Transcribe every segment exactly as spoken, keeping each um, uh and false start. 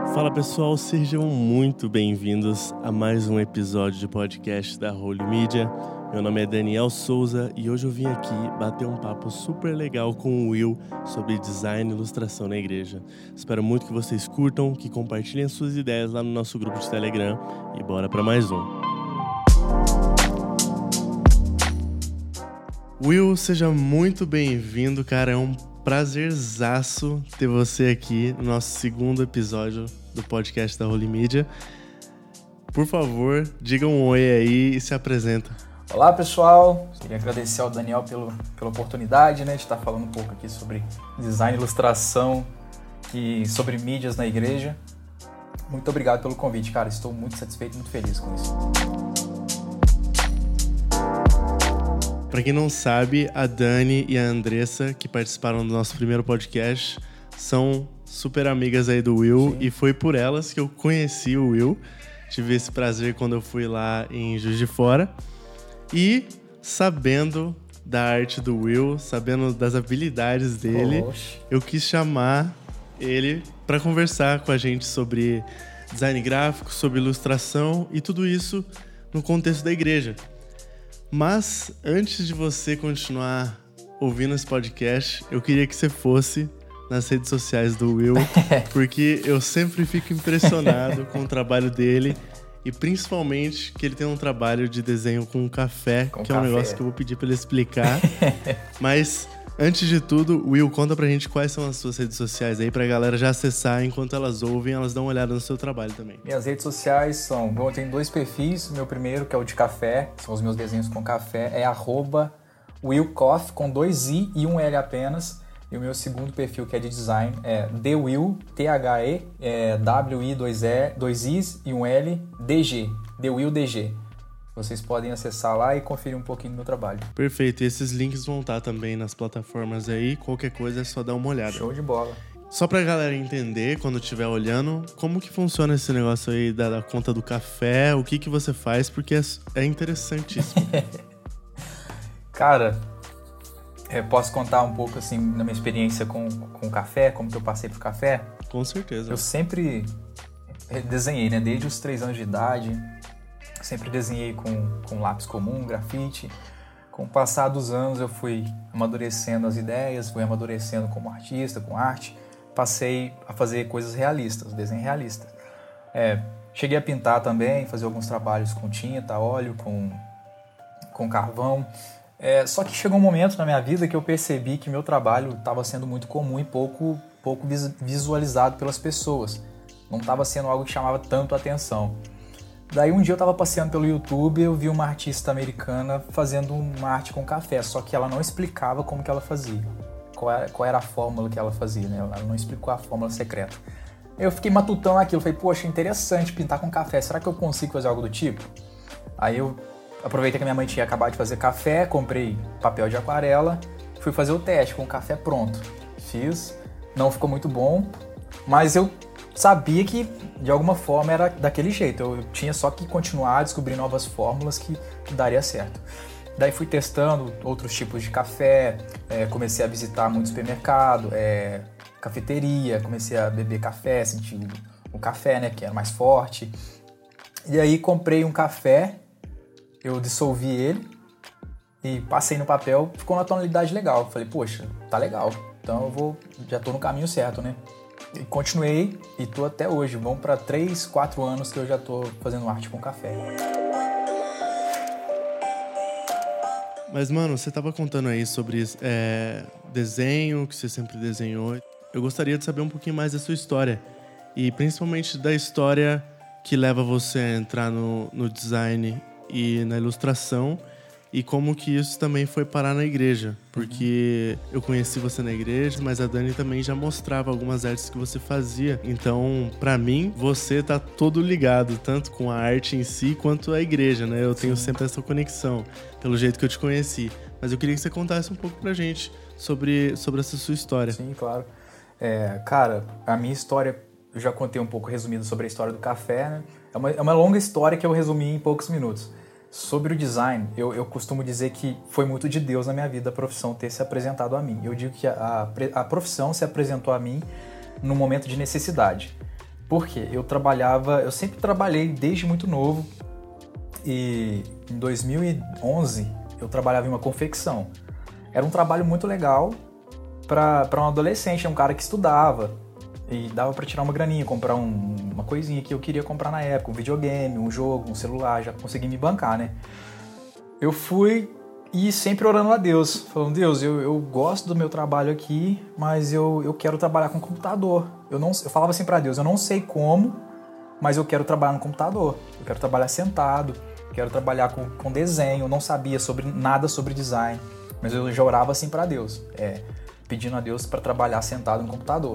Fala pessoal, sejam muito bem-vindos a mais um episódio de podcast da Holy Media. Meu nome é Daniel Souza e hoje eu vim aqui bater um papo super legal com o Will sobre design e ilustração na igreja. Espero muito que vocês curtam, que compartilhem suas ideias lá no nosso grupo de Telegram e bora para mais um. Will, seja muito bem-vindo, cara. É um prazerzaço ter você aqui no nosso segundo episódio do podcast da Holy Media. Por favor, diga um oi aí e se apresenta. Olá, pessoal. Queria agradecer ao Daniel pelo, pela oportunidade, né, de estar falando um pouco aqui sobre design, ilustração e sobre mídias na igreja. Muito obrigado pelo convite, cara. Estou muito satisfeito e muito feliz com isso. Para quem não sabe, a Dani e a Andressa, que participaram do nosso primeiro podcast, são super amigas aí do Will. Sim. E foi por elas que eu conheci o Will. Tive esse prazer quando eu fui lá em Juiz de Fora. E sabendo da arte do Will, sabendo das habilidades dele, Oxe. eu quis chamar ele para conversar com a gente sobre design gráfico, sobre ilustração e tudo isso no contexto da igreja. Mas antes de você continuar ouvindo esse podcast, eu queria que você fosse nas redes sociais do Will, porque eu sempre fico impressionado com o trabalho dele e principalmente que ele tem um trabalho de desenho com café, com que café. é um negócio que eu vou pedir para ele explicar. Mas antes de tudo, Will, conta pra gente quais são as suas redes sociais aí pra galera já acessar. Enquanto elas ouvem, elas dão uma olhada no seu trabalho também. Minhas redes sociais são... Bom, eu tenho dois perfis. O meu primeiro, que é o de café, são os meus desenhos com café, é arroba willcoff, com dois i e um l apenas. E o meu segundo perfil, que é de design, é TheWill, T H E, é W I, dois E, dois Is e um L, D G, TheWill D G. Vocês podem acessar lá e conferir um pouquinho do meu trabalho. Perfeito, e esses links vão estar também nas plataformas aí, qualquer coisa é só dar uma olhada. Show de bola. Só pra galera entender, quando estiver olhando, como que funciona esse negócio aí da, da conta do café, o que que você faz, porque é, é interessantíssimo. Cara, eu posso contar um pouco assim da minha experiência com, com o café, como que eu passei pro café? Com certeza. Eu sempre desenhei, né? Desde os três anos de idade. Sempre desenhei com, com lápis comum, grafite. Com o passar dos anos eu fui amadurecendo as ideias, fui amadurecendo como artista, com arte. Passei a fazer coisas realistas, desenho realista. É, cheguei a pintar também, fazer alguns trabalhos com tinta, óleo, com, com carvão. É, só que chegou um momento na minha vida que eu percebi que meu trabalho estava sendo muito comum e pouco, pouco visualizado pelas pessoas. Não estava sendo algo que chamava tanto a atenção. Daí um dia eu estava passeando pelo YouTube e eu vi uma artista americana fazendo uma arte com café, só que ela não explicava como que ela fazia, qual era, qual era a fórmula que ela fazia, né? Ela não explicou a fórmula secreta. Eu fiquei matutando aquilo, falei, poxa, interessante pintar com café, será que eu consigo fazer algo do tipo? Aí eu aproveitei que a minha mãe tinha acabado de fazer café, comprei papel de aquarela, fui fazer o teste com o café pronto. Fiz, não ficou muito bom, mas eu sabia que de alguma forma era daquele jeito. Eu, eu tinha só que continuar a descobrir novas fórmulas que, que daria certo. Daí fui testando outros tipos de café, é, comecei a visitar muito supermercado, é, cafeteria, comecei a beber café, sentir o café, né, que era mais forte. E aí comprei um café, eu dissolvi ele e passei no papel, ficou na tonalidade legal. Falei, poxa, tá legal, então eu vou, já tô no caminho certo, né? E continuei e tô até hoje. Vão para três, quatro anos que eu já tô fazendo arte com café. Mas, mano, você tava contando aí sobre é, desenho, que você sempre desenhou. Eu gostaria de saber um pouquinho mais da sua história. E principalmente da história que leva você a entrar no, no design e na ilustração. E como que isso também foi parar na igreja. Porque uhum. eu conheci você na igreja, mas a Dani também já mostrava algumas artes que você fazia. Então, pra mim, você tá todo ligado, tanto com a arte em si, quanto a igreja, né? Eu Sim. tenho sempre essa conexão, pelo jeito que eu te conheci. Mas eu queria que você contasse um pouco pra gente sobre, sobre essa sua história. Sim, claro. É, cara, a minha história, eu já contei um pouco resumido sobre a história do café, né? É uma, é uma longa história que eu resumi em poucos minutos. Sobre o design, eu, eu costumo dizer que foi muito de Deus na minha vida a profissão ter se apresentado a mim. Eu digo que a, a, a profissão se apresentou a mim num momento de necessidade. Por quê? Eu trabalhava, eu sempre trabalhei desde muito novo e em dois mil e onze eu trabalhava em uma confecção. Era um trabalho muito legal para um adolescente, um cara que estudava e dava para tirar uma graninha, comprar um, uma coisinha que eu queria comprar na época, um videogame, um jogo, um celular, já consegui me bancar, né? Eu fui e sempre orando a Deus, falando, Deus, eu, eu gosto do meu trabalho aqui, mas eu, eu quero trabalhar com computador. Eu, não, eu falava assim para Deus, eu não sei como, mas eu quero trabalhar no computador. Eu quero trabalhar sentado, quero trabalhar com, com desenho. Eu não sabia sobre, nada sobre design, mas eu já orava assim para Deus, é, pedindo a Deus para trabalhar sentado no computador.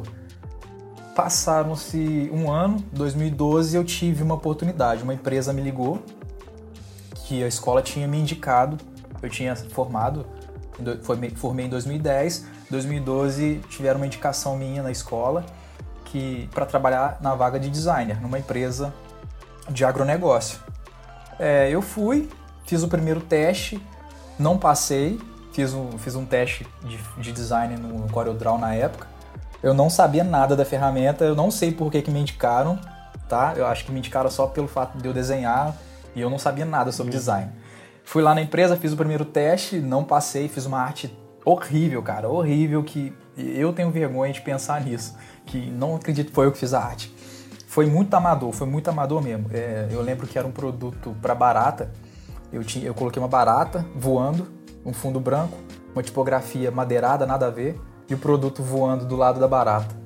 Passaram-se um ano, dois mil e doze, eu tive uma oportunidade. Uma empresa me ligou, que a escola tinha me indicado. Eu tinha formado, formei em dois mil e dez, em dois mil e doze tiveram uma indicação minha na escola que para trabalhar na vaga de designer, numa empresa de agronegócio. É, eu fui, fiz o primeiro teste, não passei, fiz um, fiz um teste de, de design no, no CorelDRAW na época. Eu não sabia nada da ferramenta, eu não sei por que, que me indicaram, tá? Eu acho que me indicaram só pelo fato de eu desenhar e eu não sabia nada sobre design. Fui lá na empresa, fiz o primeiro teste, não passei, fiz uma arte horrível, cara, horrível, que eu tenho vergonha de pensar nisso, que não acredito que foi eu que fiz a arte. Foi muito amador, foi muito amador mesmo. É, eu lembro que era um produto para barata, eu, tinha, eu coloquei uma barata voando, um fundo branco, uma tipografia madeirada, nada a ver, e o produto voando do lado da barata.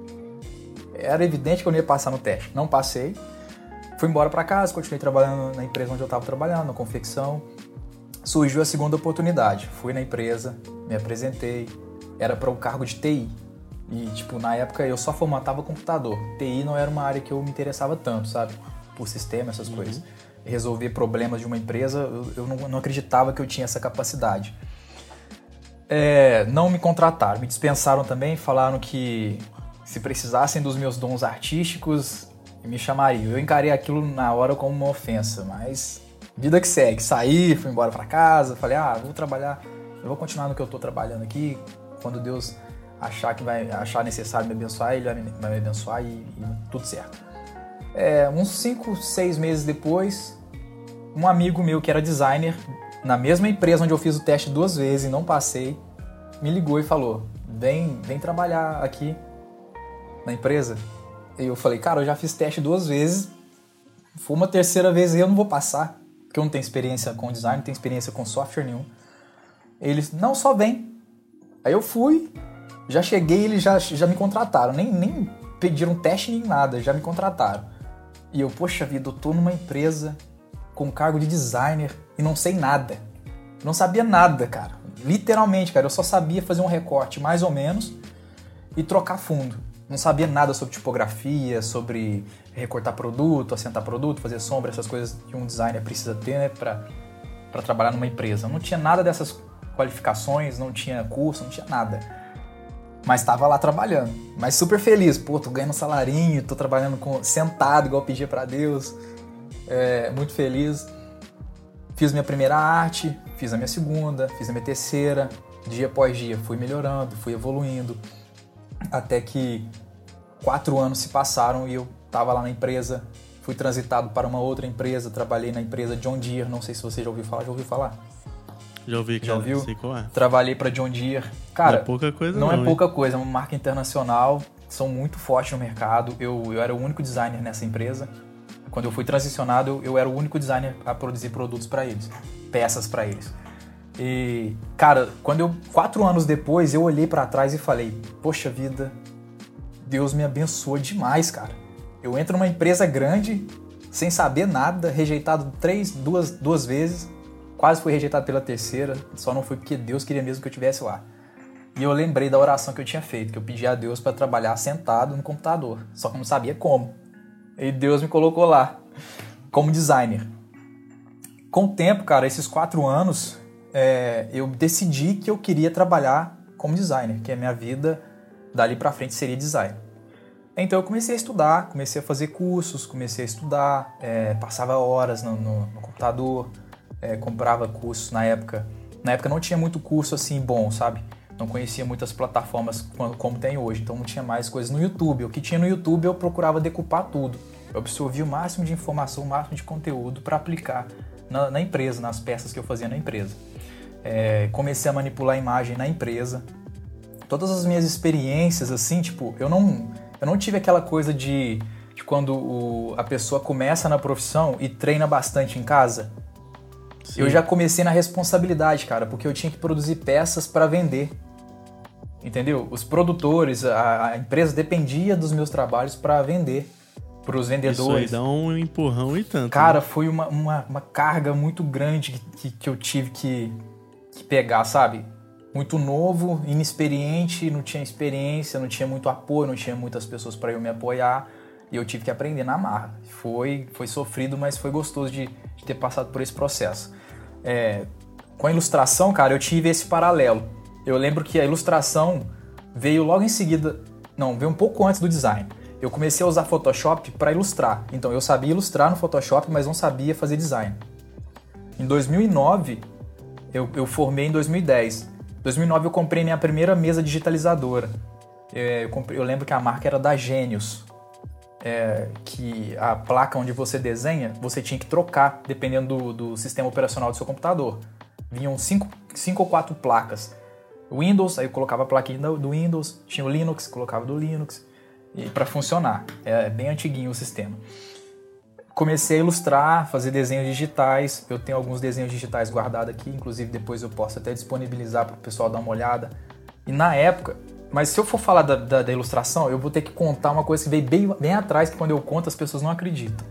Era evidente que eu não ia passar no teste, não passei. Fui embora para casa, continuei trabalhando na empresa onde eu estava trabalhando, na confecção. Surgiu a segunda oportunidade. Fui na empresa, me apresentei. Era para o cargo de T I. E, tipo, na época eu só formatava computador. T I não era uma área que eu me interessava tanto, sabe? Por sistema, essas uhum. coisas. Resolver problemas de uma empresa, eu, eu não, não acreditava que eu tinha essa capacidade. É, não me contrataram, me dispensaram também. Falaram que se precisassem dos meus dons artísticos, me chamariam. Eu encarei aquilo na hora como uma ofensa, mas vida que segue. Saí, fui embora pra casa, falei, ah, vou trabalhar, eu vou continuar no que eu tô trabalhando aqui. Quando Deus achar que vai achar necessário me abençoar, Ele vai me, vai me abençoar e, e tudo certo. É, uns cinco, seis meses depois, um amigo meu que era designer, na mesma empresa onde eu fiz o teste duas vezes e não passei, me ligou e falou, vem, vem trabalhar aqui na empresa. E eu falei, cara, eu já fiz teste duas vezes, foi uma terceira vez e eu não vou passar, porque eu não tenho experiência com design, não tenho experiência com software nenhum. Eles, não, só vem. Aí eu fui, já cheguei e eles já, já me contrataram, nem, nem pediram teste nem nada, já me contrataram. E eu, poxa vida, eu tô numa empresa com cargo de designer e não sei nada. Não sabia nada, cara. Literalmente, cara, eu só sabia fazer um recorte mais ou menos e trocar fundo. Não sabia nada sobre tipografia, sobre recortar produto, assentar produto, fazer sombra, essas coisas que um designer precisa ter, né, para para trabalhar numa empresa. Não tinha nada dessas qualificações, não tinha curso, não tinha nada. Mas estava lá trabalhando, mas super feliz. Pô, tô ganhando um salarinho, tô trabalhando com, sentado, igual eu pedia para Deus. É, muito feliz. Fiz minha primeira arte, fiz a minha segunda, fiz a minha terceira. Dia após dia fui melhorando, fui evoluindo. Até que quatro anos se passaram e eu estava lá na empresa, fui transitado para uma outra empresa, trabalhei na empresa John Deere, não sei se você já ouviu falar, já ouviu falar? Já ouvi, cara, já ouviu? Sei qual é. Trabalhei para John Deere. Cara, não é pouca coisa não, não é pouca hein? coisa, é uma marca internacional, são muito fortes no mercado, eu, eu era o único designer nessa empresa. Quando eu fui transicionado, eu, eu era o único designer a produzir produtos para eles, peças para eles. E, cara, quando eu, quatro anos depois, eu olhei pra trás e falei, poxa vida, Deus me abençoou demais, cara. Eu entro numa empresa grande, sem saber nada, rejeitado três, duas, duas vezes, quase fui rejeitado pela terceira, só não fui porque Deus queria mesmo que eu estivesse lá. E eu lembrei da oração que eu tinha feito, que eu pedi a Deus para trabalhar sentado no computador, só que eu não sabia como. E Deus me colocou lá, como designer. Com o tempo, cara, esses quatro anos... É, eu decidi que eu queria trabalhar como designer, que a minha vida dali pra frente seria design. Então eu comecei a estudar, comecei a fazer cursos, comecei a estudar, é, passava horas no, no, no computador, é, comprava cursos na época. Na época não tinha muito curso assim bom, sabe? não conhecia muitas plataformas como tem hoje, então não tinha mais coisas no YouTube. O que tinha no YouTube eu procurava decupar tudo. Eu absorvia o máximo de informação, o máximo de conteúdo para aplicar na, na empresa, nas peças que eu fazia na empresa. É, comecei a manipular a imagem na empresa. Todas as minhas experiências, assim, tipo, eu não, eu não tive aquela coisa de, de quando o, a pessoa começa na profissão e treina bastante em casa. Sim. Eu já comecei na responsabilidade, cara, porque eu tinha que produzir peças para vender. Entendeu? Os produtores, a, a empresa dependia dos meus trabalhos para vender para os vendedores. Isso aí dá um empurrão e tanto. Cara, né? foi uma, uma, uma carga muito grande que, que, que eu tive que, que pegar, sabe? Muito novo, inexperiente, não tinha experiência, não tinha muito apoio, não tinha muitas pessoas para eu me apoiar. E eu tive que aprender na marra. Foi, foi sofrido, mas foi gostoso de, de ter passado por esse processo. É, com a ilustração, cara, eu tive esse paralelo. Eu lembro que a ilustração veio logo em seguida... Não, veio um pouco antes do design. Eu comecei a usar Photoshop para ilustrar. Então, eu sabia ilustrar no Photoshop, mas não sabia fazer design. Em dois mil e nove, eu, eu formei em dois mil e dez. Em dois mil e nove, eu comprei minha primeira mesa digitalizadora. É, eu, comprei, eu lembro que a marca era da Genius. É, que a placa onde você desenha, você tinha que trocar, dependendo do, do sistema operacional do seu computador. Vinham cinco, cinco ou quatro placas. Windows, aí eu colocava a plaquinha do Windows, tinha o Linux, colocava do Linux, e para funcionar. É bem antiguinho o sistema. Comecei a ilustrar, fazer desenhos digitais. Eu tenho alguns desenhos digitais guardados aqui, inclusive depois eu posso até disponibilizar para o pessoal dar uma olhada. E na época, mas se eu for falar da, da, da ilustração, eu vou ter que contar uma coisa que veio bem, bem atrás, que quando eu conto as pessoas não acreditam.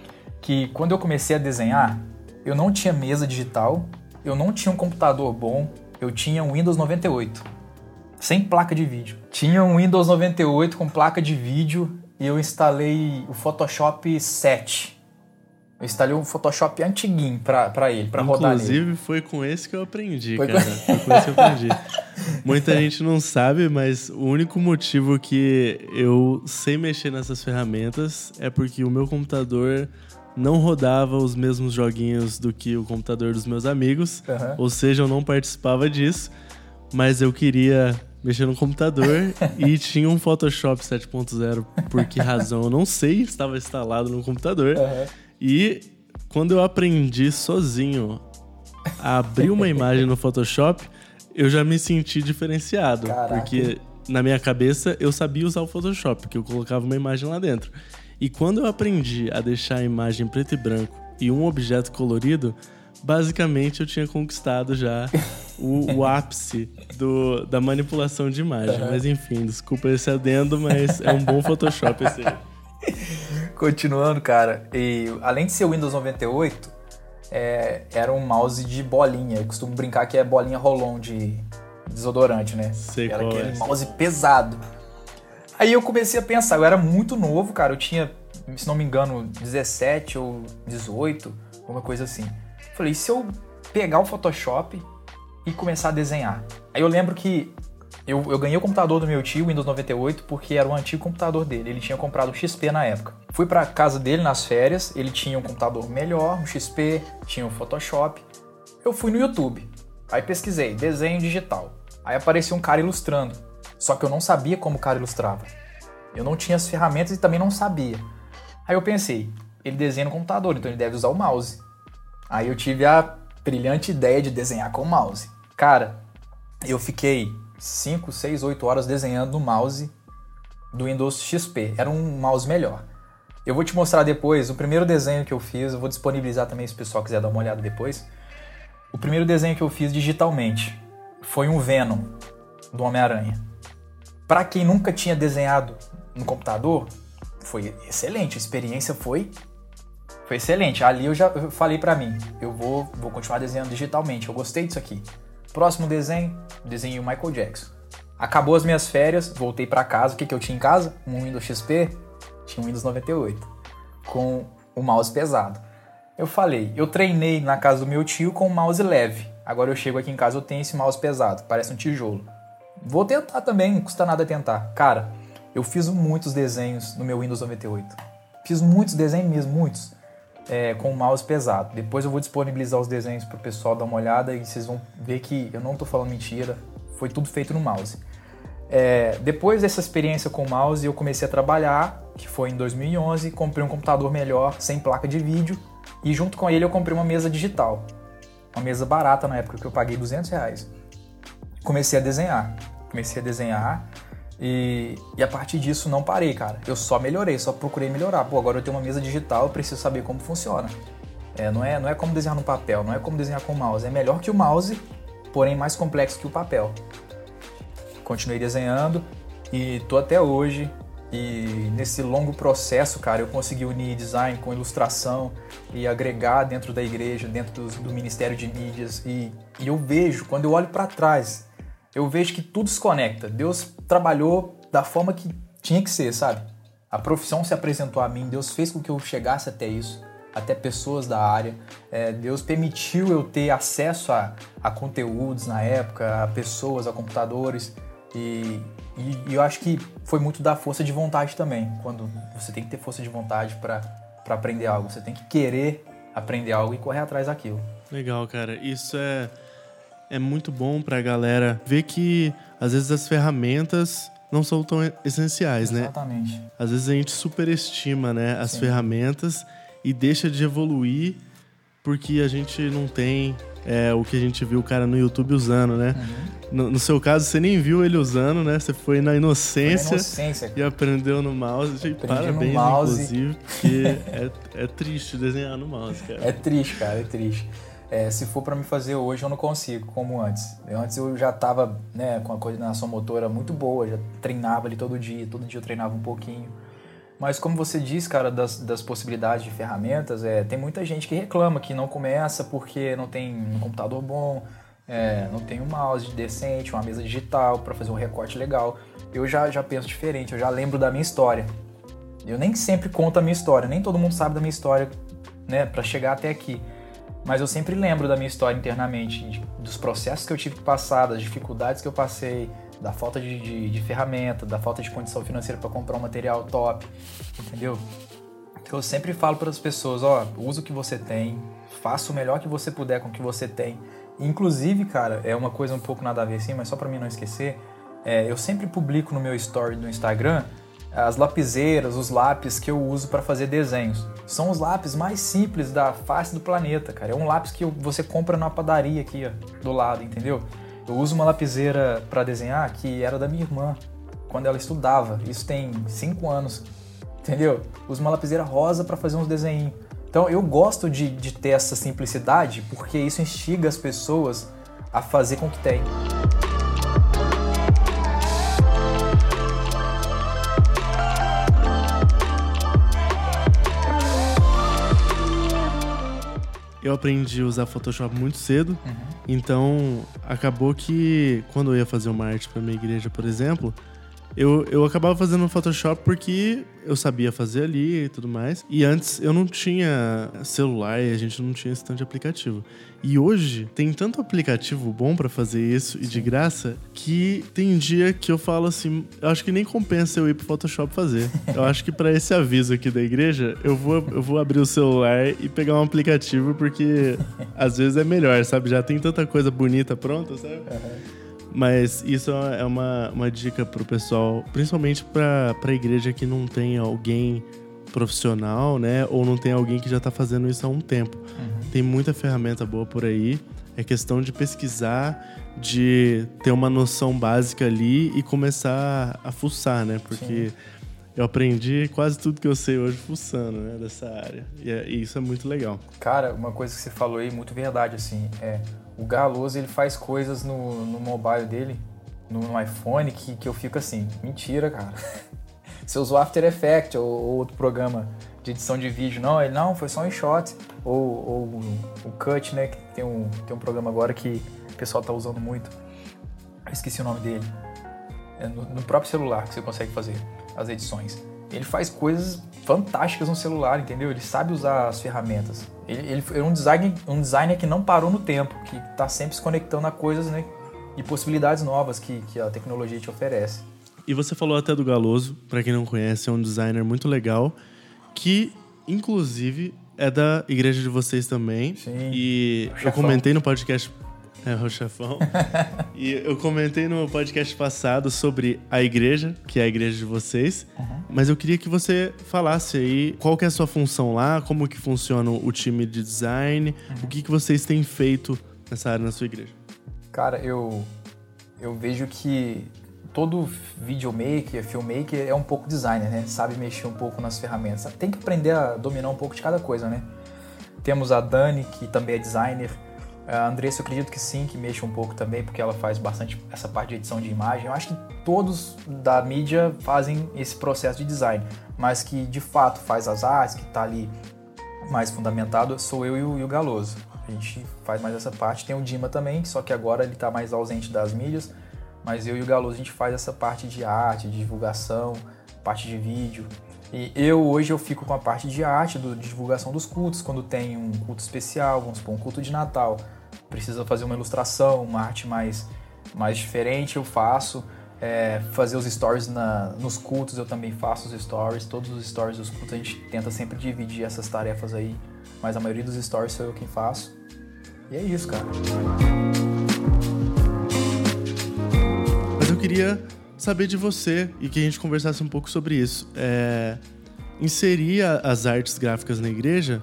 Que quando eu comecei a desenhar, eu não tinha mesa digital, eu não tinha um computador bom, eu tinha um Windows noventa e oito, sem placa de vídeo. Tinha um Windows noventa e oito com placa de vídeo e eu instalei o Photoshop sete. Eu instalei um Photoshop antiguinho pra, pra ele, pra rodar nele. Inclusive, foi com esse que eu aprendi, foi cara. Com... Foi com esse que eu aprendi. Muita gente não sabe, mas o único motivo que eu sei mexer nessas ferramentas é porque o meu computador não rodava os mesmos joguinhos do que o computador dos meus amigos. Uhum. Ou seja, eu não participava disso, mas eu queria mexer no computador e tinha um Photoshop sete ponto zero. Por que razão? Eu não sei, estava instalado no computador. Uhum. E quando eu aprendi sozinho a abrir uma imagem no Photoshop, eu já me senti diferenciado. Caraca. Porque na minha cabeça eu sabia usar o Photoshop, porque eu colocava uma imagem lá dentro. E quando eu aprendi a deixar a imagem preto e branco e um objeto colorido, basicamente eu tinha conquistado já o, o ápice do, da manipulação de imagem. Uhum. Mas enfim, desculpa esse adendo, mas é um bom Photoshop esse aí. Continuando, cara, e além de ser o Windows noventa e oito, é, era um mouse de bolinha. Eu costumo brincar que é bolinha roll-on de desodorante, né? Sei era aquele é. mouse pesado. Aí eu comecei a pensar, eu era muito novo, cara, eu tinha, se não me engano, dezessete ou dezoito, alguma coisa assim. Falei, e se eu pegar o Photoshop e começar a desenhar? Aí eu lembro que eu, eu ganhei o computador do meu tio, Windows noventa e oito, porque era o antigo computador dele. Ele tinha comprado o X P na época. Fui pra casa dele nas férias, ele tinha um computador melhor, um X P, tinha o Photoshop. Eu fui no YouTube, aí pesquisei, desenho digital. Aí apareceu um cara ilustrando. Só que eu não sabia como o cara ilustrava. Eu não tinha as ferramentas e também não sabia. Aí eu pensei, ele desenha no computador, então ele deve usar o mouse. Aí eu tive a brilhante ideia de desenhar com o mouse. Cara, eu fiquei cinco, seis, oito horas desenhando no mouse do Windows X P. Era um mouse melhor. Eu vou te mostrar depois o primeiro desenho que eu fiz. Eu vou disponibilizar também se o pessoal quiser dar uma olhada depois. O primeiro desenho que eu fiz digitalmente foi um Venom do Homem-Aranha. Para quem nunca tinha desenhado no computador, foi excelente. A experiência foi, foi excelente. Ali eu já eu falei para mim, eu vou, vou continuar desenhando digitalmente. Eu gostei disso aqui. Próximo desenho, desenhei o Michael Jackson. Acabou as minhas férias, voltei para casa. O que, que eu tinha em casa? Um Windows X P, tinha um Windows noventa e oito, com o mouse pesado. Eu falei, eu treinei na casa do meu tio com um mouse leve. Agora eu chego aqui em casa, eu tenho esse mouse pesado, parece um tijolo. Vou tentar também, não custa nada tentar. Cara, eu fiz muitos desenhos no meu Windows noventa e oito. Fiz muitos desenhos mesmo, muitos. É, com o mouse pesado. Depois eu vou disponibilizar os desenhos pro pessoal dar uma olhada e vocês vão ver que eu não tô falando mentira. foi tudo feito no mouse. É, depois dessa experiência com o mouse, eu comecei a trabalhar, que foi em dois mil e onze, comprei um computador melhor, sem placa de vídeo, e junto com ele eu comprei uma mesa digital. Uma mesa barata na época, que eu paguei duzentos reais. Comecei a desenhar. Comecei a desenhar e, e a partir disso não parei, cara. Eu só melhorei, só procurei melhorar. Pô, agora eu tenho uma mesa digital, eu preciso saber como funciona. É, não, é, não é como desenhar no papel, não é como desenhar com o mouse. É melhor que o mouse, porém mais complexo que o papel. Continuei desenhando e tô até hoje. E nesse longo processo, cara, eu consegui unir design com ilustração e agregar dentro da igreja, dentro do, do Ministério de Mídias. E, e eu vejo, quando eu olho para trás, eu vejo que tudo se conecta. Deus trabalhou da forma que tinha que ser, sabe? A profissão se apresentou a mim, Deus fez com que eu chegasse até isso, até pessoas da área. É, Deus permitiu eu ter acesso a, a conteúdos na época, a pessoas, a computadores. E, e, e eu acho que foi muito da força de vontade também. Quando você tem que ter força de vontade para para aprender algo, você tem que querer aprender algo e correr atrás daquilo. Legal, cara. Isso é, é muito bom pra galera ver que às vezes as ferramentas não são tão essenciais, né? Exatamente. Às vezes a gente superestima, né, as Sim. ferramentas e deixa de evoluir porque a gente não tem é, o que a gente viu o cara no YouTube usando, né? Uhum. No, no seu caso, você nem viu ele usando, né? Você foi na inocência, foi na inocência e aprendeu no mouse. Aprendi Parabéns, no mouse. inclusive, porque é, é triste desenhar no mouse, cara. É triste, cara, é triste. É, se for pra me fazer hoje, eu não consigo, como antes. Eu, antes eu já tava, né, com a coordenação motora muito boa, já treinava ali todo dia, todo dia eu treinava um pouquinho. Mas como você diz, cara, das, das possibilidades de ferramentas, é, tem muita gente que reclama que não começa porque não tem um computador bom, é, não tem um mouse decente, uma mesa digital para fazer um recorte legal. Eu já, já penso diferente, eu já lembro da minha história. Eu nem sempre conto a minha história, nem todo mundo sabe da minha história, né, para chegar até aqui. Mas eu sempre lembro da minha história internamente, de, dos processos que eu tive que passar, das dificuldades que eu passei, da falta de, de, de ferramenta, da falta de condição financeira para comprar um material top, entendeu? Então eu sempre falo para as pessoas, ó, usa o que você tem, faça o melhor que você puder com o que você tem. Inclusive, cara, é uma coisa um pouco nada a ver assim, mas só para mim não esquecer, é, eu sempre publico no meu story do Instagram as lapiseiras, os lápis que eu uso para fazer desenhos. São os lápis mais simples da face do planeta, cara. É um lápis que você compra na padaria aqui, ó, do lado, entendeu? Eu uso uma lapiseira para desenhar que era da minha irmã, quando ela estudava. Isso tem cinco anos, entendeu? Uso uma lapiseira rosa para fazer uns desenhos. Então eu gosto de, de ter essa simplicidade porque isso instiga as pessoas a fazer com o que tem. Eu aprendi a usar Photoshop muito cedo, Uhum. então acabou que quando eu ia fazer uma arte para minha igreja, por exemplo, eu, eu acabava fazendo no Photoshop porque eu sabia fazer ali e tudo mais. E antes eu não tinha celular e a gente não tinha esse tanto de aplicativo. E hoje tem tanto aplicativo bom pra fazer isso e de graça que tem dia que eu falo assim, eu acho que nem compensa eu ir pro Photoshop fazer. Eu acho que pra esse aviso aqui da igreja, eu vou, eu vou abrir o celular e pegar um aplicativo porque às vezes é melhor, sabe? Já tem tanta coisa bonita pronta, sabe? Uhum. Mas isso é uma, uma dica pro pessoal, principalmente pra, pra igreja que não tem alguém profissional, né? Ou não tem alguém que já tá fazendo isso há um tempo. Uhum. Tem muita ferramenta boa por aí. É questão de pesquisar, de ter uma noção básica ali e começar a fuçar, né? Porque Sim. eu aprendi quase tudo que eu sei hoje fuçando, né? Dessa área. E, é, e isso é muito legal. Cara, uma coisa que você falou aí, muito verdade, assim, é... O Galoso, ele faz coisas no, no mobile dele, no, no iPhone, que, que eu fico assim, mentira, cara. Você usou After Effects ou, ou outro programa de edição de vídeo. Não, ele não, foi só um shot. Ou, ou o Cut, né, que tem um, tem um programa agora que o pessoal tá usando muito. Eu esqueci o nome dele. É no, no próprio celular que você consegue fazer as edições. Ele faz coisas fantásticas no celular, entendeu? Ele sabe usar as ferramentas. Ele, ele é um designer, um designer que não parou no tempo, que está sempre se conectando a coisas, né, e possibilidades novas que, que a tecnologia te oferece. E você falou até do Galoso, para quem não conhece, é um designer muito legal, que inclusive é da igreja de vocês também. Sim, e eu comentei no podcast É o chefão. E eu comentei no podcast passado sobre a igreja, que é a igreja de vocês. Uhum. Mas eu queria que você falasse aí qual que é a sua função lá, como que funciona o time de design, uhum. o que, que vocês têm feito nessa área na sua igreja. Cara, eu, eu vejo que todo videomaker, filmmaker é um pouco designer, né? Sabe mexer um pouco nas ferramentas. Tem que aprender a dominar um pouco de cada coisa, né? Temos a Dani, que também é designer. A Andressa, eu acredito que sim, que mexe um pouco também, porque ela faz bastante essa parte de edição de imagem. Eu acho que todos da mídia fazem esse processo de design, mas que de fato faz as artes, que está ali mais fundamentado, sou eu e o, e o Galoso. A gente faz mais essa parte. Tem o Dima também, só que agora ele está mais ausente das mídias. Mas eu e o Galoso, a gente faz essa parte de arte, de divulgação, parte de vídeo. E eu, hoje, eu fico com a parte de arte, do, de divulgação dos cultos, quando tem um culto especial, vamos supor, um culto de Natal. Precisa fazer uma ilustração, uma arte mais, mais diferente, eu faço. É, fazer os stories na, nos cultos, eu também faço os stories. Todos os stories dos cultos, a gente tenta sempre dividir essas tarefas aí. Mas a maioria dos stories sou eu quem faço. E é isso, cara. Eu queria saber de você e que a gente conversasse um pouco sobre isso. É, inserir as artes gráficas na igreja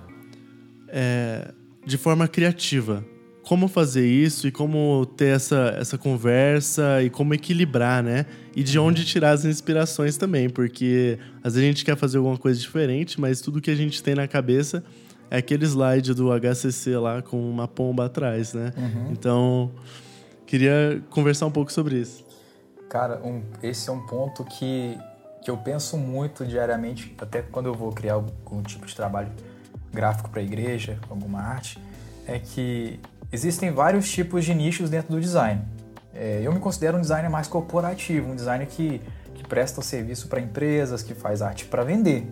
é, de forma criativa. Como fazer isso e como ter essa, essa conversa e como equilibrar, né? E de onde tirar as inspirações também, porque às vezes a gente quer fazer alguma coisa diferente, mas tudo que a gente tem na cabeça é aquele slide do H C C lá com uma pomba atrás, né? Uhum. Então, queria conversar um pouco sobre isso. Cara, um, esse é um ponto que, que eu penso muito diariamente, até quando eu vou criar algum tipo de trabalho gráfico para a igreja, alguma arte, é que existem vários tipos de nichos dentro do design. É, eu me considero um designer mais corporativo, um designer que, que presta serviço para empresas, que faz arte para vender.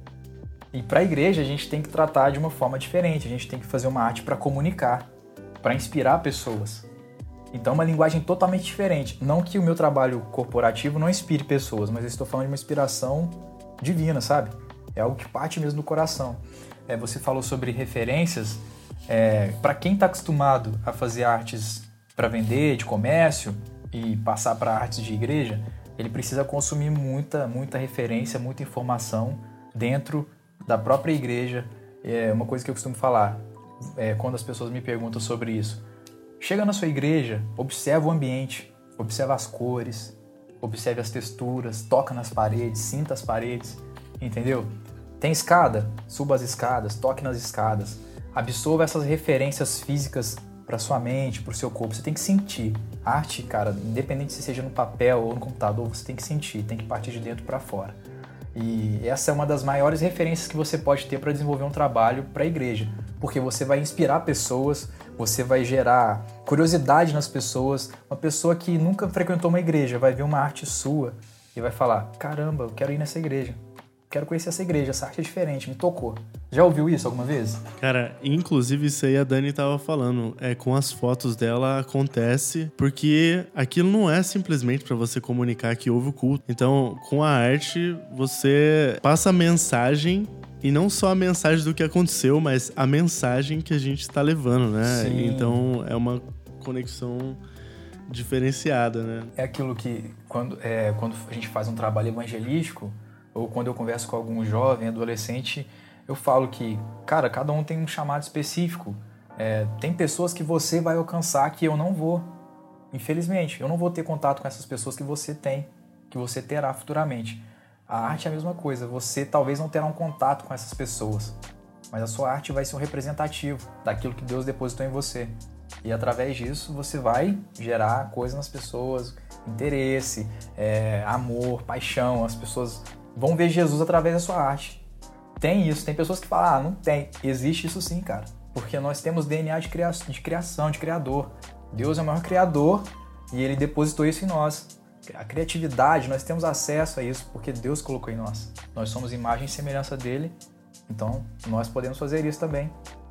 E para a igreja a gente tem que tratar de uma forma diferente, a gente tem que fazer uma arte para comunicar, para inspirar pessoas. Então é uma linguagem totalmente diferente. Não que o meu trabalho corporativo não inspire pessoas, mas eu estou falando de uma inspiração divina, sabe? É algo que parte mesmo do coração. É, você falou sobre referências. É, para quem está acostumado a fazer artes para vender, de comércio, e passar para artes de igreja, ele precisa consumir muita, muita referência, muita informação dentro da própria igreja. É uma coisa que eu costumo falar é, quando as pessoas me perguntam sobre isso. Chega na sua igreja, observa o ambiente, observa as cores, observe as texturas, toca nas paredes, sinta as paredes, entendeu? Tem escada? Suba as escadas, toque nas escadas, absorva essas referências físicas para sua mente, para o seu corpo. Você tem que sentir. Arte, cara, independente se seja no papel ou no computador, você tem que sentir, tem que partir de dentro para fora. E essa é uma das maiores referências que você pode ter para desenvolver um trabalho para a igreja, porque você vai inspirar pessoas, você vai gerar curiosidade nas pessoas. Uma pessoa que nunca frequentou uma igreja vai ver uma arte sua e vai falar: caramba, eu quero ir nessa igreja, quero conhecer essa igreja, essa arte é diferente, me tocou. Já ouviu isso alguma vez? Cara, inclusive isso aí a Dani tava falando, é, com as fotos dela acontece, porque aquilo não é simplesmente pra você comunicar que houve o culto. Então, com a arte, você passa a mensagem, e não só a mensagem do que aconteceu, mas a mensagem que a gente tá levando, né? Sim. Então, é uma conexão diferenciada, né? É aquilo que, quando, é, quando a gente faz um trabalho evangelístico, ou quando eu converso com algum jovem, adolescente, eu falo que, cara, cada um tem um chamado específico. É, tem pessoas que você vai alcançar que eu não vou. Infelizmente, eu não vou ter contato com essas pessoas que você tem, que você terá futuramente. A arte é a mesma coisa. Você talvez não terá um contato com essas pessoas, mas a sua arte vai ser um representativo daquilo que Deus depositou em você. E através disso você vai gerar coisas nas pessoas, interesse, é, amor, paixão. As pessoas vão ver Jesus através da sua arte. Tem isso, tem pessoas que falam: ah, não tem. Existe isso sim, cara. Porque nós temos D N A de criação, de criação, de criador. Deus é o maior criador e Ele depositou isso em nós. A criatividade, nós temos acesso a isso porque Deus colocou em nós. Nós somos imagem e semelhança dEle, então nós podemos fazer isso também.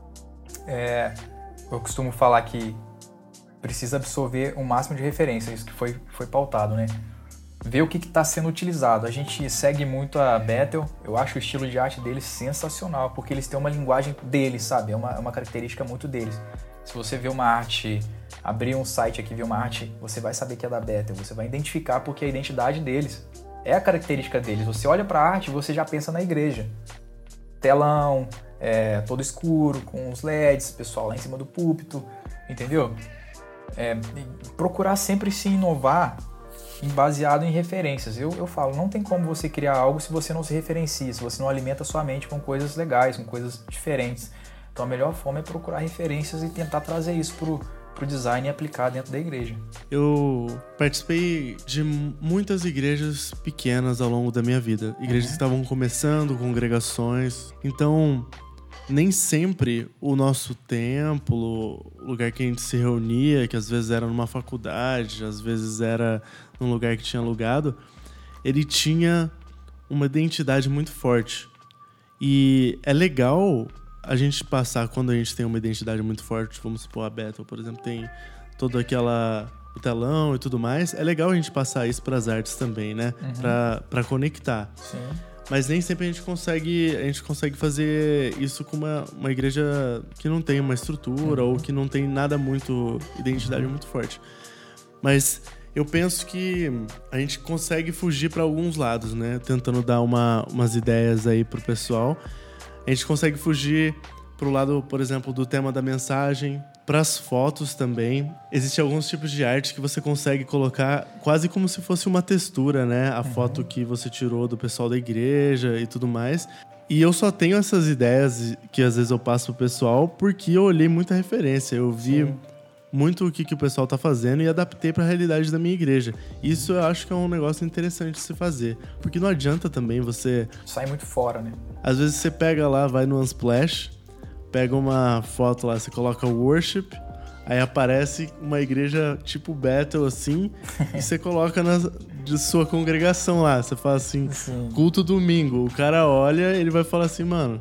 É, eu costumo falar que precisa absorver o máximo de referência, isso que foi, foi pautado, né? Ver o que está sendo utilizado. A gente segue muito a Bethel, eu acho o estilo de arte deles sensacional, porque eles têm uma linguagem deles, sabe? É uma, é uma característica muito deles. Se você vê uma arte, abrir um site aqui e ver uma arte, você vai saber que é da Bethel, você vai identificar porque é a identidade deles, é a característica deles. Você olha para a arte e você já pensa na igreja. Telão, é, todo escuro, com os L E Ds, pessoal lá em cima do púlpito, entendeu? É, procurar sempre se inovar baseado em referências. Eu, eu falo, não tem como você criar algo se você não se referencia, se você não alimenta a sua mente com coisas legais, com coisas diferentes. Então a melhor forma é procurar referências e tentar trazer isso pro, pro design e aplicar dentro da igreja. Eu participei de muitas igrejas pequenas ao longo da minha vida. Igrejas uhum. que estavam começando, congregações. Então, nem sempre o nosso templo, o lugar que a gente se reunia, que às vezes era numa faculdade, às vezes era num lugar que tinha alugado, ele tinha uma identidade muito forte. E é legal a gente passar, quando a gente tem uma identidade muito forte, vamos supor a Bethel, por exemplo, tem todo aquela, o telão e tudo mais, é legal a gente passar isso para as artes também, né? Uhum. Pra, pra conectar. Sim. Mas nem sempre a gente consegue, a gente consegue fazer isso com uma, uma igreja que não tem uma estrutura uhum. ou que não tem nada muito, identidade muito forte. Mas eu penso que a gente consegue fugir para alguns lados, né? Tentando dar uma, umas ideias aí pro pessoal. A gente consegue fugir pro lado, por exemplo, do tema da mensagem, para as fotos também. Existem alguns tipos de arte que você consegue colocar quase como se fosse uma textura, né? A uhum. foto que você tirou do pessoal da igreja e tudo mais. E eu só tenho essas ideias que às vezes eu passo pro pessoal porque eu olhei muita referência. Eu vi Sim. muito o que, que o pessoal tá fazendo e adaptei para a realidade da minha igreja. Isso eu acho que é um negócio interessante de se fazer. Porque não adianta também você... Sai muito fora, né? Às vezes você pega lá, vai no Unsplash, pega uma foto lá, você coloca worship, aí aparece uma igreja tipo Bethel, assim, e você coloca na de sua congregação lá. Você fala assim, Sim. culto domingo. O cara olha, ele vai falar assim, mano,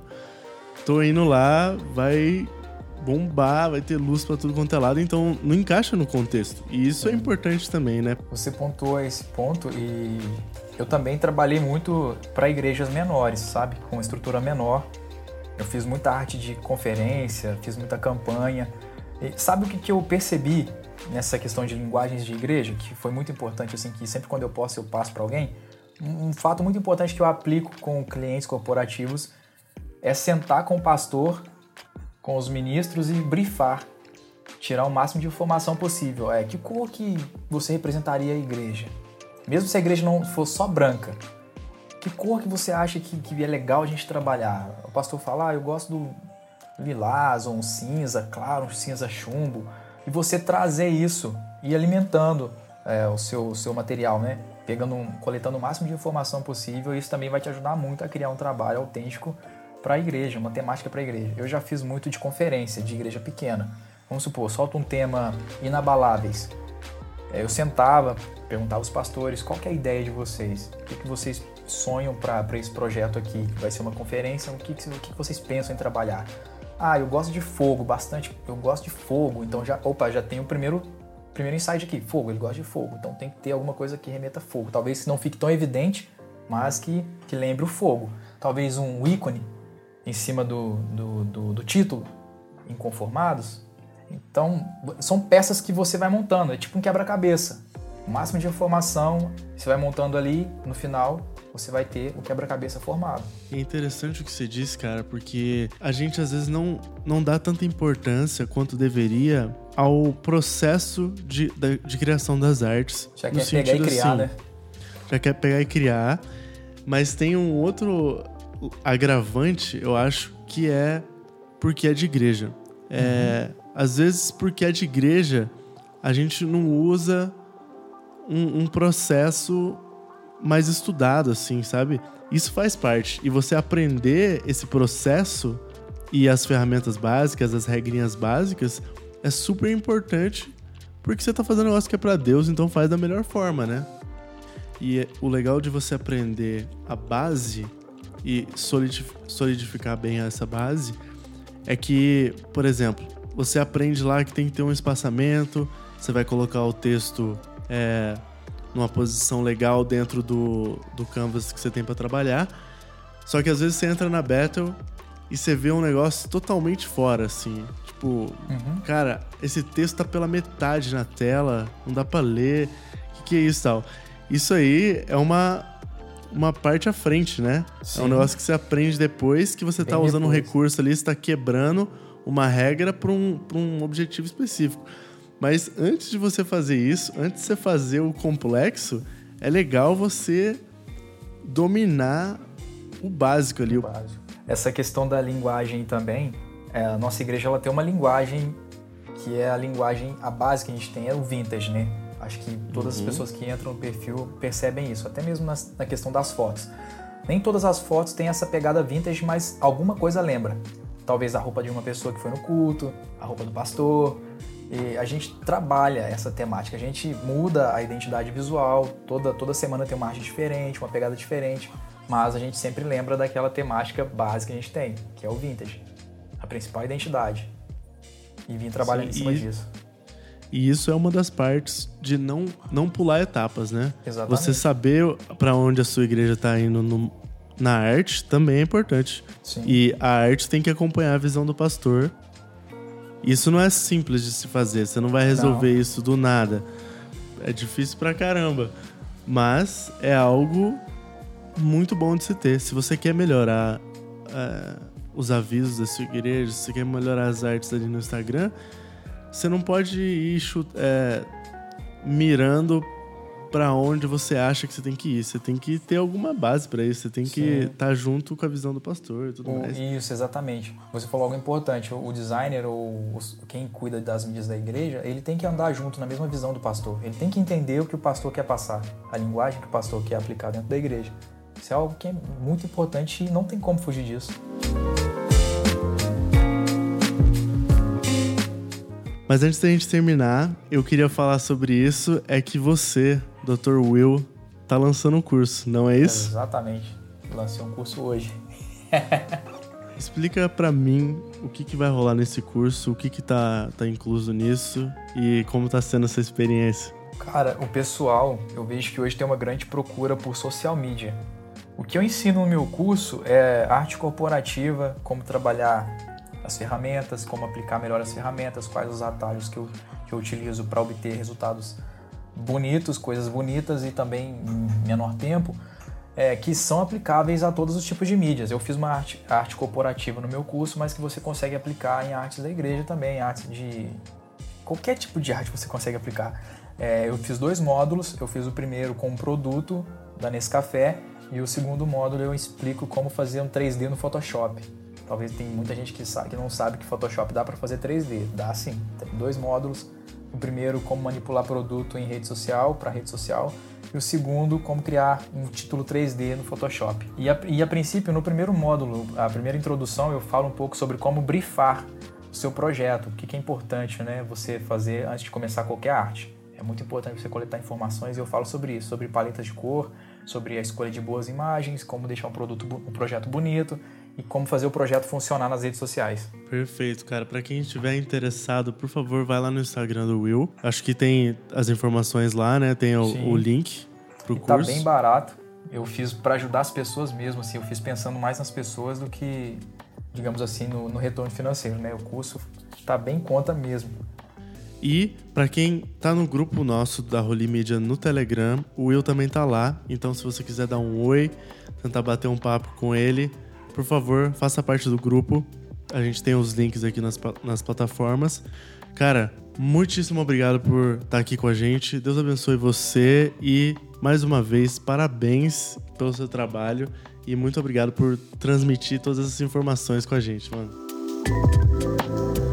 tô indo lá, vai bombar, vai ter luz pra tudo quanto é lado, então não encaixa no contexto. E isso Sim. é importante também, né? Você pontuou esse ponto e eu também trabalhei muito para igrejas menores, sabe? Com estrutura menor. Eu fiz muita arte de conferência, fiz muita campanha. E sabe o que, que eu percebi nessa questão de linguagens de igreja? Que foi muito importante, assim, que sempre quando eu posso, eu passo para alguém. Um fato muito importante que eu aplico com clientes corporativos é sentar com o pastor, com os ministros e brifar. Tirar o máximo de informação possível. É, que cor que você representaria a igreja? Mesmo se a igreja não for só branca. Que cor que você acha que, que é legal a gente trabalhar? O pastor fala, ah, eu gosto do lilás, ou um cinza claro, um cinza chumbo. E você trazer isso e alimentando é, o seu, o seu material, né? Pegando um, coletando o máximo de informação possível. E isso também vai te ajudar muito a criar um trabalho autêntico para a igreja, uma temática para a igreja. Eu já fiz muito de conferência, de igreja pequena. Vamos supor, solta um tema inabaláveis. Eu sentava, perguntava aos pastores, qual que é a ideia de vocês? O que, que vocês sonham para esse projeto aqui? Vai ser uma conferência, o que, que, o que vocês pensam em trabalhar? Ah, eu gosto de fogo, bastante, eu gosto de fogo, então já, opa, já tem o primeiro, primeiro insight aqui, fogo, ele gosta de fogo, então tem que ter alguma coisa que remeta a fogo. Talvez não fique tão evidente, mas que, que lembre o fogo. Talvez um ícone em cima do, do, do, do título, Inconformados. Então, são peças que você vai montando, é tipo um quebra-cabeça. O máximo de informação, você vai montando ali, no final, você vai ter o quebra-cabeça formado. É interessante o que você disse, cara, porque a gente às vezes não, não dá tanta importância quanto deveria ao processo de, de, de criação das artes. Já quer pegar e criar, assim, né? Já quer pegar e criar, mas tem um outro agravante, eu acho, que é porque é de igreja. É... Uhum. Às vezes, porque é de igreja, a gente não usa um, um processo mais estudado, assim, sabe? Isso faz parte. E você aprender esse processo e as ferramentas básicas, as regrinhas básicas, é super importante, porque você tá fazendo um negócio que é pra Deus, então faz da melhor forma, né? E o legal de você aprender a base e solidificar bem essa base é que, por exemplo, você aprende lá que tem que ter um espaçamento, você vai colocar o texto é, numa posição legal dentro do, do canvas que você tem para trabalhar. Só que às vezes você entra na Bethel e você vê um negócio totalmente fora, assim. Tipo, Uhum. cara, esse texto tá pela metade na tela, não dá pra ler. O que, que é isso, tal? Isso aí é uma, uma parte à frente, né? Sim. É um negócio que você aprende depois, que você tá Bem usando um depois. recurso ali, você tá quebrando uma regra pra um, pra um objetivo específico. Mas antes de você fazer isso, antes de você fazer o complexo, é legal você dominar o básico ali. Básico. Essa questão da linguagem também, é, a nossa igreja ela tem uma linguagem que é a linguagem, a base que a gente tem é o vintage, né? Acho que todas Uhum. as pessoas que entram no perfil percebem isso, até mesmo na, na questão das fotos. Nem todas as fotos têm essa pegada vintage, mas alguma coisa lembra. Talvez a roupa de uma pessoa que foi no culto, a roupa do pastor. E a gente trabalha essa temática, a gente muda a identidade visual, toda, toda semana tem uma arte diferente, uma pegada diferente, mas a gente sempre lembra daquela temática básica que a gente tem, que é o vintage, a principal identidade. E vim trabalhando Sim, em cima e- disso. E isso é uma das partes de não, não pular etapas, né? Exatamente. Você saber pra onde a sua igreja tá indo no- na arte também é importante. Sim. E a arte tem que acompanhar a visão do pastor. Isso não é simples de se fazer, você não vai resolver Não. isso do nada. É difícil pra caramba. Mas é algo muito bom de se ter. Se você quer melhorar é, os avisos da sua igreja, se você quer melhorar as artes ali no Instagram, você não pode ir chu- é, mirando pra onde você acha que você tem que ir. Você tem que ter alguma base pra isso. Você tem que Sim. estar junto com a visão do pastor e tudo O- mais. isso, exatamente. Você falou algo importante. O o designer ou os- quem cuida das mídias da igreja, ele tem que andar junto na mesma visão do pastor. Ele tem que entender o que o pastor quer passar, a linguagem que o pastor quer aplicar dentro da igreja. Isso é algo que é muito importante e não tem como fugir disso. Mas antes da gente terminar, eu queria falar sobre isso. É que você, doutor Will, tá lançando um curso, não é isso? Exatamente. Lancei um curso hoje. Explica pra mim o que, que vai rolar nesse curso, o que, que tá, tá incluso nisso e como tá sendo essa experiência. Cara, o pessoal, eu vejo que hoje tem uma grande procura por social media. O que eu ensino no meu curso é arte corporativa, como trabalhar as ferramentas, como aplicar melhor as ferramentas, quais os atalhos que eu, que eu utilizo para obter resultados bonitos, coisas bonitas e também em menor tempo, é, que são aplicáveis a todos os tipos de mídias. Eu fiz uma arte, arte corporativa no meu curso, mas que você consegue aplicar em artes da igreja também, artes de... qualquer tipo de arte você consegue aplicar. É, eu fiz dois módulos, eu fiz o primeiro com um produto da Nescafé e o segundo módulo eu explico como fazer um três D no Photoshop. Talvez tem muita gente que, sabe, que não sabe que Photoshop dá para fazer três D. Dá sim, tem dois módulos. O primeiro, como manipular produto em rede social, para rede social. E o segundo, como criar um título três D no Photoshop. E a, e a princípio, no primeiro módulo, a primeira introdução, eu falo um pouco sobre como briefar o seu projeto. O que, que é importante, né, você fazer antes de começar qualquer arte. É muito importante você coletar informações e eu falo sobre isso, sobre paletas de cor, sobre a escolha de boas imagens, como deixar um, produto, um projeto bonito e como fazer o projeto funcionar nas redes sociais. Perfeito, cara. Pra quem estiver interessado, por favor, vai lá no Instagram do Will. Acho que tem as informações lá, né? Tem o, Sim. o link pro E tá curso. bem barato. Eu fiz para ajudar as pessoas mesmo, assim. Eu fiz pensando mais nas pessoas do que, digamos assim, no, no retorno financeiro, né? O curso tá bem em conta mesmo. E pra quem tá no grupo nosso da Holy Media no Telegram, o Will também tá lá. Então, se você quiser dar um oi, tentar bater um papo com ele, por favor, faça parte do grupo. A gente tem os links aqui nas, nas plataformas. Cara, muitíssimo obrigado por estar aqui com a gente. Deus abençoe você e, mais uma vez, parabéns pelo seu trabalho e muito obrigado por transmitir todas essas informações com a gente, mano.